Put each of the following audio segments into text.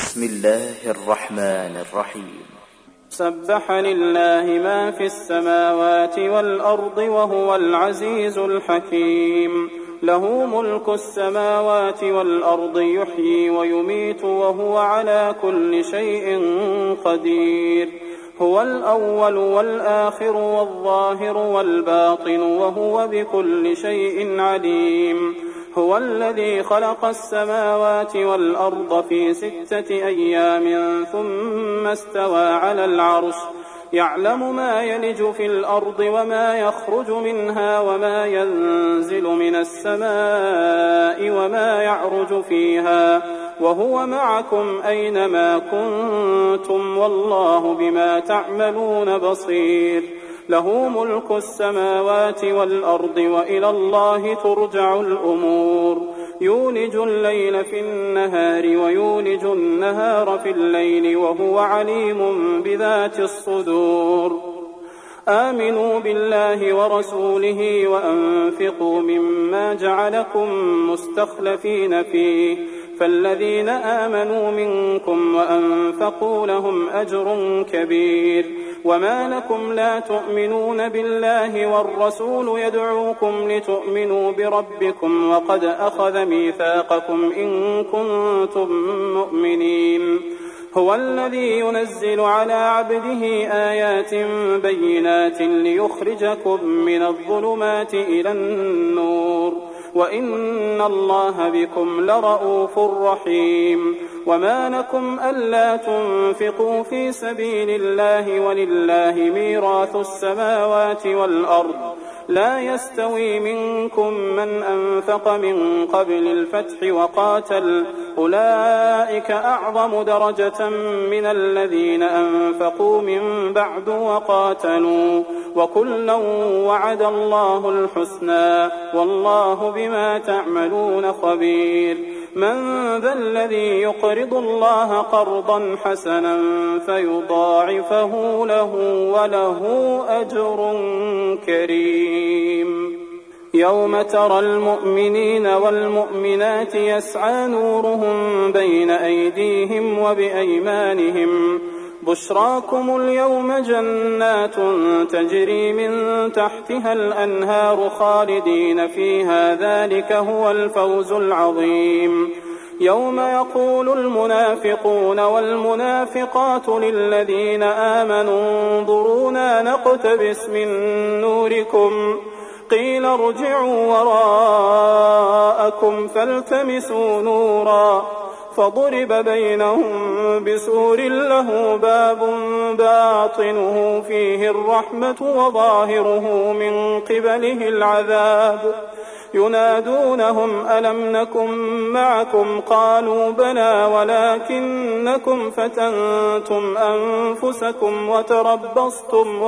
بسم الله الرحمن الرحيم. سبح لله ما في السماوات والأرض وهو العزيز الحكيم. له ملك السماوات والأرض يحيي ويميت وهو على كل شيء قدير. هو الأول والآخر والظاهر والباطن وهو بكل شيء عليم. هو الذي خلق السماوات والأرض في 6 أيام ثم استوى على العرش يعلم ما يلج في الأرض وما يخرج منها وما ينزل من السماء وما يعرج فيها وهو معكم أينما كنتم والله بما تعملون بصير. له ملك السماوات والأرض وإلى الله ترجع الأمور. يولج الليل في النهار ويولج النهار في الليل وهو عليم بذات الصدور. آمنوا بالله ورسوله وأنفقوا مما جعلكم مستخلفين فيه فالذين آمنوا منكم وأنفقوا لهم أجر كبير. وما لكم لا تؤمنون بالله والرسول يدعوكم لتؤمنوا بربكم وقد أخذ ميثاقكم إن كنتم مؤمنين. هو الذي ينزل على عبده آيات بينات ليخرجكم من الظلمات إلى النور وإن الله بكم لرءوف رحيم. وما لكم ألا تنفقوا في سبيل الله ولله ميراث السماوات والأرض لا يستوي منكم من أنفق من قبل الفتح وقاتل أولئك أعظم درجة من الذين أنفقوا من بعد وقاتلوا وكلا وعد الله الحسنى والله بما تعملون خبير. من ذا الذي يقرض الله قرضا حسنا فيضاعفه له وله أجر كريم. يوم ترى المؤمنين والمؤمنات يسعى نورهم بين أيديهم وبأيمانهم بشراكم اليوم جنات تجري من تحتها الأنهار خالدين فيها ذلك هو الفوز العظيم. يوم يقول المنافقون والمنافقات للذين آمنوا انظرونا نقتبس من نوركم قيل ارجعوا وراءكم فالتمسوا نورا فضرب بينهم بسور له باب باطنه فيه الرحمة وظاهره من قبله العذاب ينادونهم ألم نكن معكم قالوا بلى ولكنكم فتنتم أنفسكم وتربصتم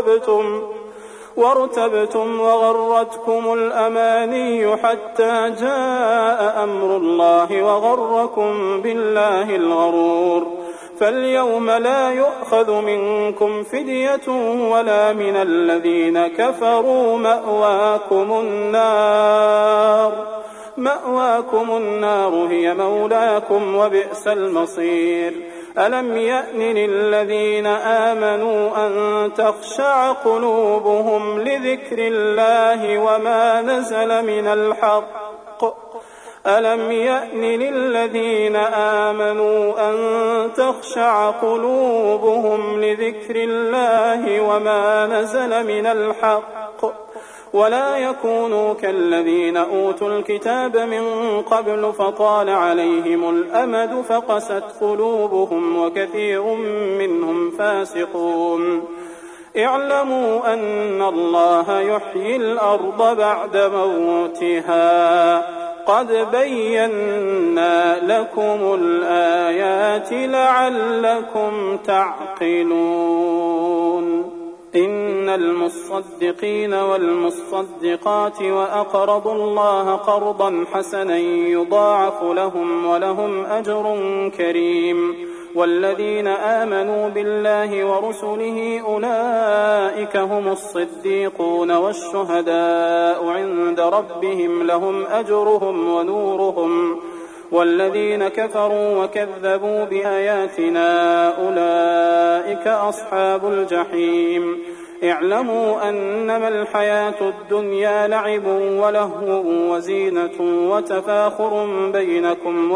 وارتبتم وغرتكم الأماني حتى جاء أمر الله وغركم بالله الغرور. فاليوم لا يؤخذ منكم فدية ولا من الذين كفروا مأواكم النار هي مولاكم وبئس المصير. ألم يأن للذين آمنوا أن تخشع قلوبهم لذكر الله وما نزل من الحق ألم يأن للذين آمنوا أن تخشع قلوبهم لذكر الله وما نزل من الحق ولا يكونوا كالذين أوتوا الكتاب من قبل فطال عليهم الأمد فقست قلوبهم وكثير منهم فاسقون. اعلموا أن الله يحيي الأرض بعد موتها قد بينا لكم الآيات لعلكم تعقلون. إن المصدقين والمصدقات وأقرضوا الله قرضا حسنا يضاعف لهم ولهم أجر كريم. والذين آمنوا بالله ورسله أولئك هم الصديقون والشهداء عند ربهم لهم أجرهم والذين كفروا وكذبوا بآياتنا أولئك أصحاب الجحيم اعلموا أنما الحياة الدنيا لعب ولهو وزينة وتفاخر بينكم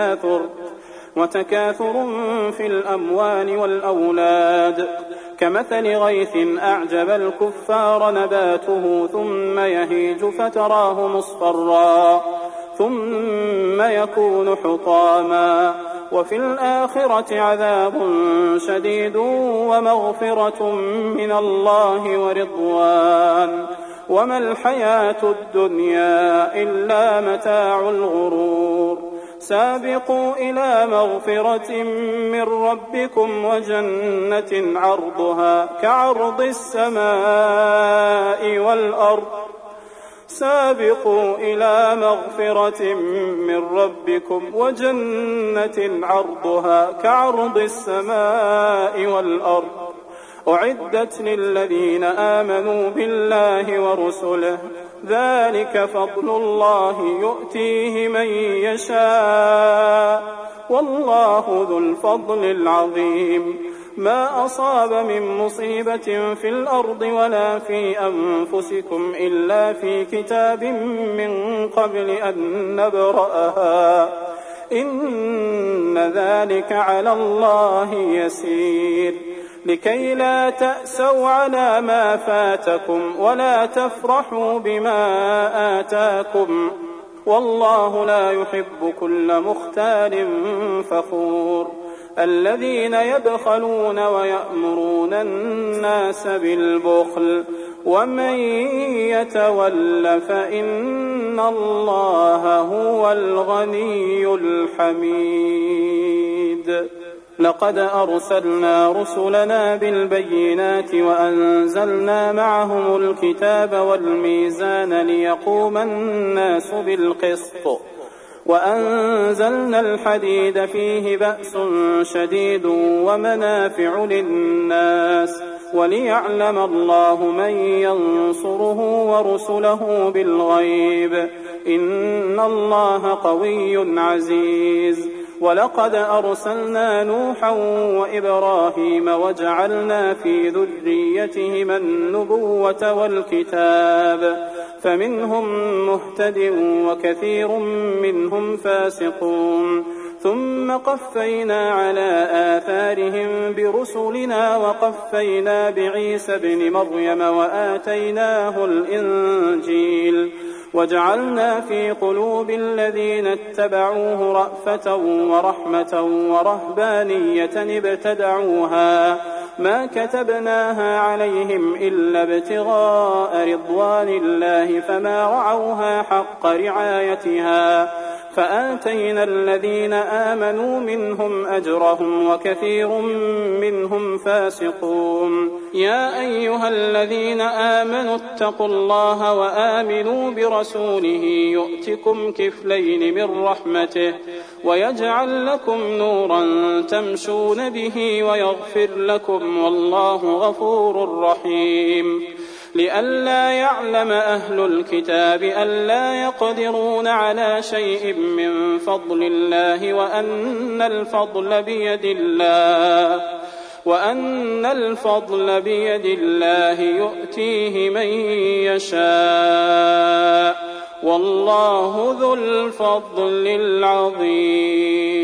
وتكاثر في الأموال والأولاد كمثل غيث أعجب الكفار نباته ثم يهيج فتراه مصفرا ثم يكون حطاما وفي الآخرة عذاب شديد ومغفرة من الله ورضوان وما الحياة الدنيا إلا متاع الغرور سابقوا إلى مغفرة من ربكم وجنة عرضها كعرض السماء والأرض سابقوا إلى مغفرة من ربكم وجنة عرضها كعرض السماء والأرض أعدت للذين آمنوا بالله ورسله ذلك فضل الله يؤتيه من يشاء والله ذو الفضل العظيم ما أصاب من مصيبة في الأرض ولا في أنفسكم إلا في كتاب من قبل أن نبرأها إن ذلك على الله يسير لكي لا تأسوا على ما فاتكم ولا تفرحوا بما آتاكم والله لا يحب كل مختال فخور الذين يبخلون ويأمرون الناس بالبخل ومن يتول فإن الله هو الغني الحميد لقد أرسلنا رسلنا بالبينات وأنزلنا معهم الكتاب والميزان ليقوم الناس بالقسط وأنزلنا الحديد فيه بأس شديد ومنافع للناس وليعلم الله من ينصره ورسله بالغيب إن الله قوي عزيز ولقد أرسلنا نوحا وإبراهيم وجعلنا في ذريتهما النبوة والكتاب فمنهم مهتد وكثير منهم فاسقون ثم قفينا على آثارهم برسلنا وقفينا بعيسى ابن مريم وآتيناه الإنجيل وجعلنا في قلوب الذين اتبعوه رأفة ورحمة ورهبانية ابتدعوها ما كتبناها عليهم إلا ابتغاء رضوان الله فما رعوها حق رعايتها فآتينا الذين آمنوا منهم أجرهم وكثير منهم فاسقون يا أيها الذين آمنوا اتقوا الله وآمنوا برسوله يؤتكم كفلين من رحمته ويجعل لكم نورا تمشون به ويغفر لكم والله غفور رحيم لئلا يعلم أهل الكتاب ألا يقدرون على شيء من فضل الله وأن الفضل بيد الله يؤتيه من يشاء والله ذو الفضل العظيم